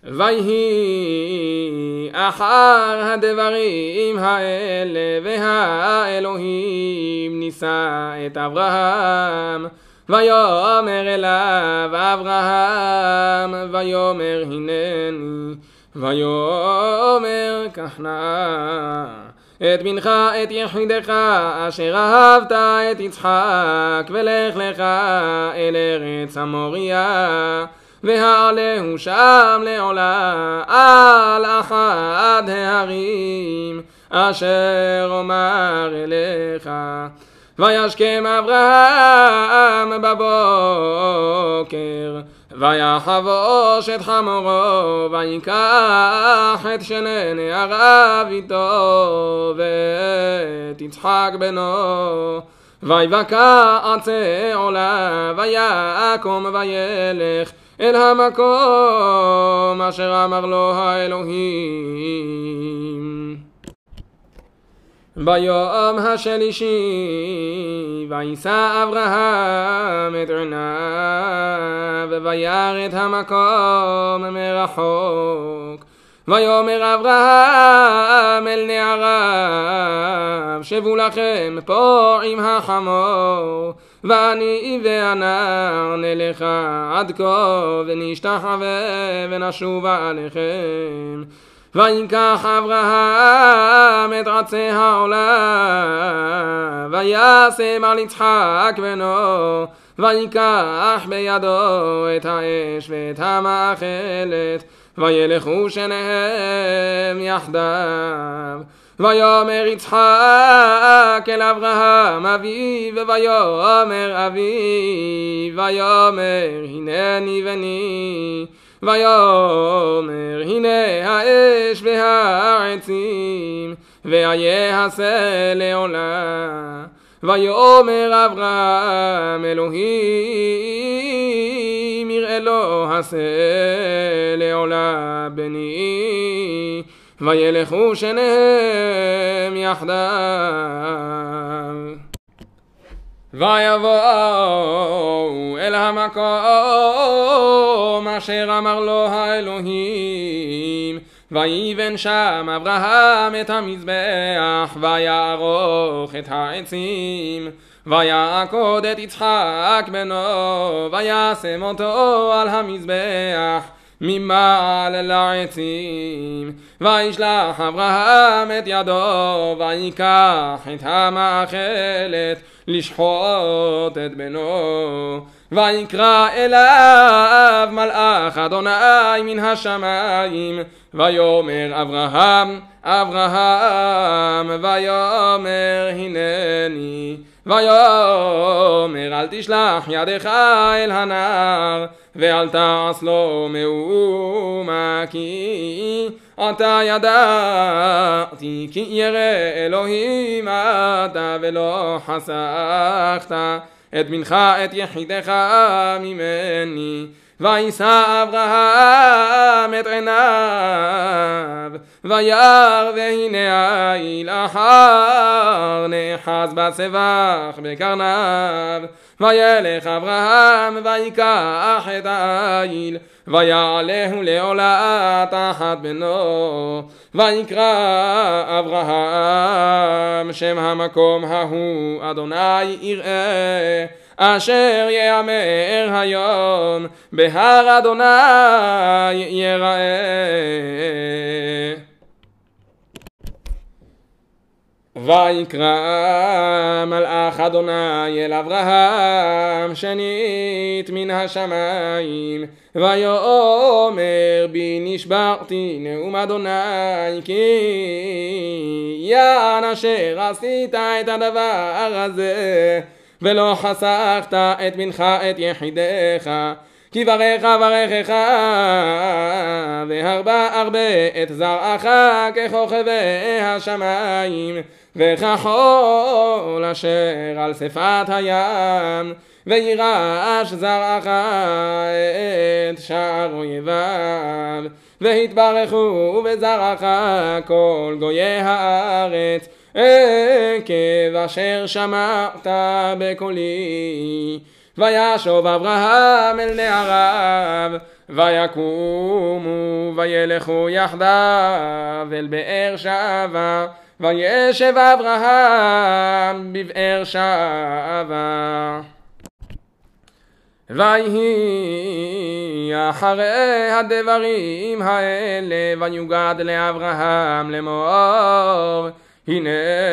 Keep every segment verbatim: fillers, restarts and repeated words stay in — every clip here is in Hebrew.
ויהי אחר הדברים האלה והאלוהים נישא את אברהם ויאמר אליו אברהם ויאמר הנני ויאמר קח נא את בנך את יחידך אשר אהבת את יצחק ולך לך אל ארץ המוריה והעלהו שם לעולה על אחד ההרים אשר אומר אליך. וישכם אברהם בבוקר ויחבוש את חמורו ויקח את שני נעריו איתו ואת יצחק בנו ויבקע עצי עולה ויקום וילך אל המקום אשר אמר לו האלוהים. ביום השלישי וישא אברהם את עיניו וירא את המקום מרחוק ויאמר אברהם אל נעריו שבו לכם פה עם החמור ואני והנער נלך עד כה ונשתחווה ונשובה עליכם. ויקח אברהם את עצי העולה וישם על יצחק בנו ויקח בידו את האש ואת המאכלת וילכו שניהם יחדיו. ויאמר יצחק אל אברהם אביו ויאמר אביו ויאמר הנני בני ויאמר הנה האש והעצים ויעשה לעולה. ויאמר אברהם אלוהים יראה לו עשה לעולה בני וילכו שניהם יחדיו. ויבואו אל המקום אשר אמר לו האלוהים ויבן שם אברהם את המזבח ויערוך את העצים ויעקוד את יצחק בנו וישם אותו על המזבח ממעל לעצים. וישלח אברהם את ידו ויקח את המאכלת לשחוט את בנו ויקרא אליו מלאך אדוני מן השמיים ויאמר אברהם אברהם ויאמר הנני ויאמר אל תשלח ידך אל הנער ואל תעש לו מאומה כי אתה ידעתי כי ירא אלוהים אתה ולא חסכת את בנך את יחידך ממני. וישא אברהם את עיניו וירא והנה איל אחר נאחז בסבך בקרניו וילך אברהם ויקח את האיל ויעלהו לעולה תחת בנו ויקרא אברהם שם המקום ההוא אדוני יראה אשר יאמר היום בהר אדוני יראה. ויקרא מלאך אדוני אל אברהם שנית מן השמיים ויאמר בי נשבעתי נאום אדוני כי יען אשר עשית את הדבר הזה ולא חסכת את בנך את יחידך כי ברך ברכך והרבה הרבה את זרעך ככוכבי השמיים וכחול אשר על שפת הים וירש זרעך את שער אויביו והתברכו בזרעך כל גויי הארץ עקב אשר שמעת בקולי. וישוב אברהם אל נעריו ויקומו וילכו יחדיו אל באר שבה, וישב אברהם בבאר שבה. ויהי אחרי הדברים האלה, ויוגד לאברהם לאמור, הנה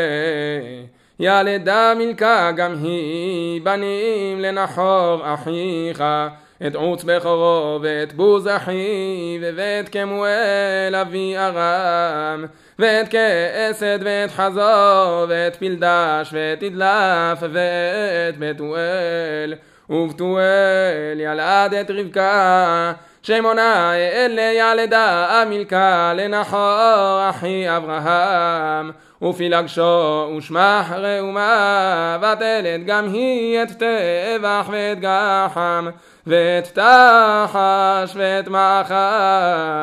ילדה מילכה גם היא בנים לנחור אחיך, את עוץ בכורו ואת בוז אחיו ואת כמואל אבי ארם ואת כסד ואת חזור ואת פלדש ואת תדלף ואת בתואל, ובתואל ילד את רבקה, שמונה אלה ילדה מילכה לנחור אחי אברהם, ופילגשו ושמח ראומה, ותלד גם היא את טבח ואת גחם ואת תחש ואת מאחה.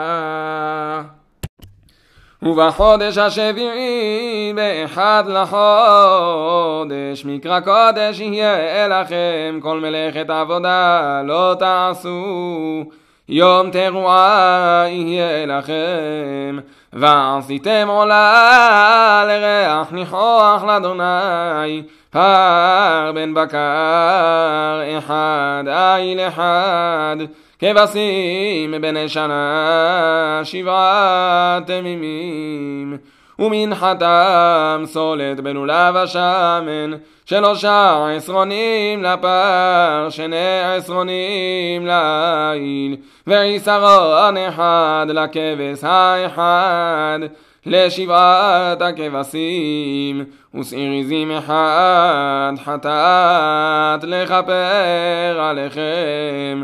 ובחודש השביעי באחד לחודש מקרא קודש יהיה לכם, כל מלאכת עבודה לא תעשו, יום תרועה יהיה לכם. ועשיתם עולה לריח ניחוח לאדוני, פר בן בקר אחד איל אחד, כבשים בני שנה שבעה תמימים, ומנחתם סולת בלולב השמן, שלושה עשרונים לפר, שני עשרונים לעיל, ועשרון אחד לכבש האחד, לשבעת הכבשים, ושעיר עזים אחד חטאת לכפר עליכם.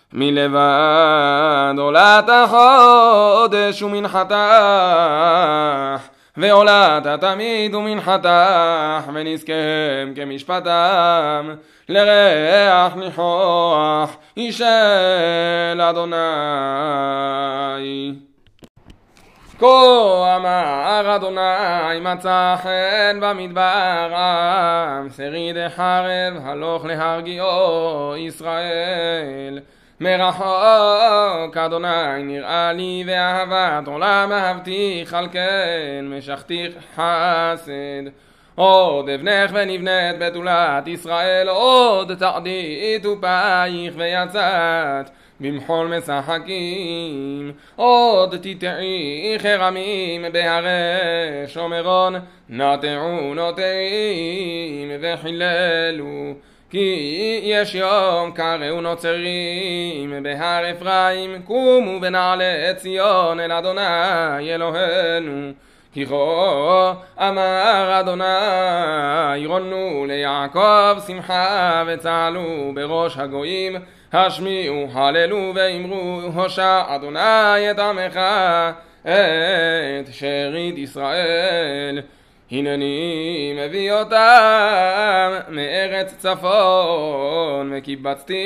מלבד עולת החודש ומנחתך, ועולת התמיד ומנחתך, ונזכם כמשפטם, לריח ניחוח אישל אדוני. כה אמר אדוני מצא חן במדבר עם, שריד חרב הלוך להרגיעו ישראל. מרחוק אדוני נראה לי, ואהבת עולם אהבתיך, על כן משכתיך חסד. עוד אבנך ונבנית בתולת ישראל, עוד תעדית ופייך ויצאת במחול משחקים. עוד תטעי חרמים בהרי שומרון, נטעו נוטעים וחיללו. כי יש יום קראו נוצרים בהר אפרים, קומו ונעלה ציון אל אדוני אלוהינו. כי כה אמר אדוני, רונו ליעקב שמחה וצהלו בראש הגויים, השמיעו הללו ואמרו, הושע אדוני את עמך את שארית ישראל. הנני מביא אותם מארץ צפון, וקיבצתים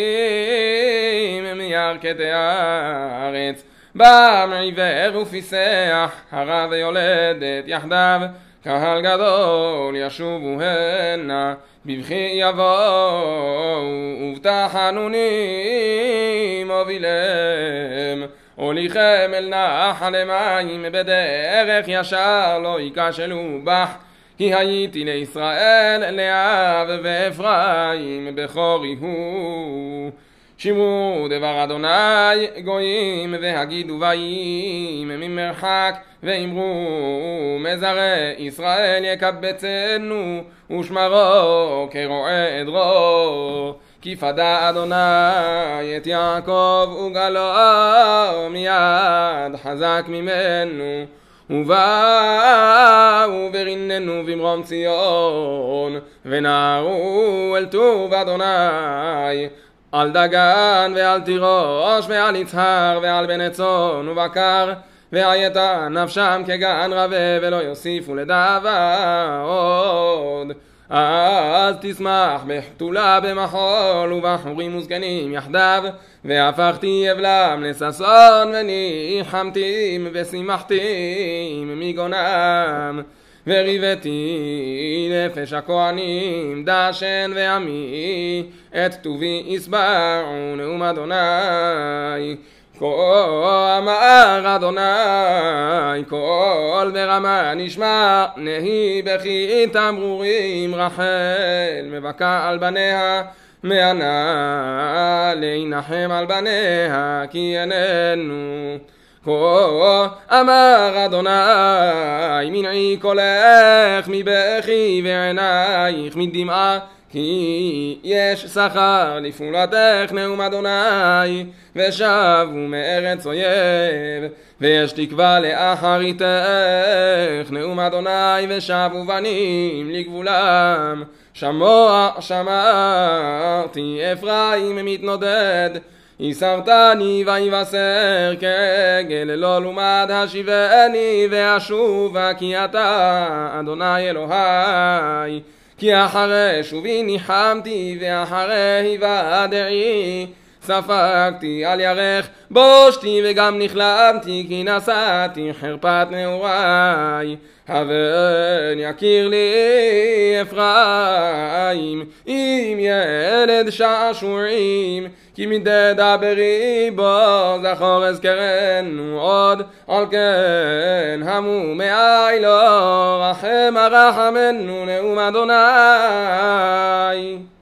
מירכתי הארץ. בא מעיוור ופיסח, הרה ויולדת יחדיו, קהל גדול ישובו הנה, בבכי יבואו ובתחנונים הובילם. הוליכם אל נחל מים, בדרך ישר לא ייכשלו בך, כי הייתי לישראל לאב ואפרים בכורי הוא. שמעו דבר אדוני גויים, והגידו באים ממרחק, ואמרו מזרעי ישראל יקבצנו, ושמרו כרועה עדרו. כי פדה אדוני את יעקב וגלו מיד חזק ממנו, ובאו וריננו במרום ציון, ונערו אל טוב אדוני. על דגן ועל תירוש ועל יצהר ועל בני צאן ובקר, והייתה נפשם כגן רבה, ולא יוסיפו לדאבה עוד. אז תשמח בחתולה במחול, ובחורים וזקנים יחדיו, והפכתי אבלם לששון, וניחמתים ושימחתים מגונם. וריבתי נפש הכהנים דשן ועמי, את טובי ישבעו נאום אדוני. כה אמר אדוני קול ברמה נשמע נהי בכי תמרורים רחל מבכה על בניה מענה להנחם על בניה כי איננו כה אמר אדוני מנעי קולך מבכי ועינייך מדמעה כי יש שכר לפעולתך נאום אדוני ושבו מארץ אויב ויש תקווה לאחריתך נאום אדוני ושבו בנים לגבולם שמוע שמרתי אפרים מתנודד יסרתני ויבשר כעגל לא לומד השיבני ואשובה כי אתה אדוני אלוהי כי אחרי שובי ניחמתי ואחרי היוודעי ספגתי על ירך בושתי וגם נכלמתי כי נשאתי חרפת נעוריי הבן יכיר לי אפרים אם ילד שעשועים כי מדי דברי בו זכור אזכרנו עוד על כן המו מאי לו רחם הרחמנו נאום אדוני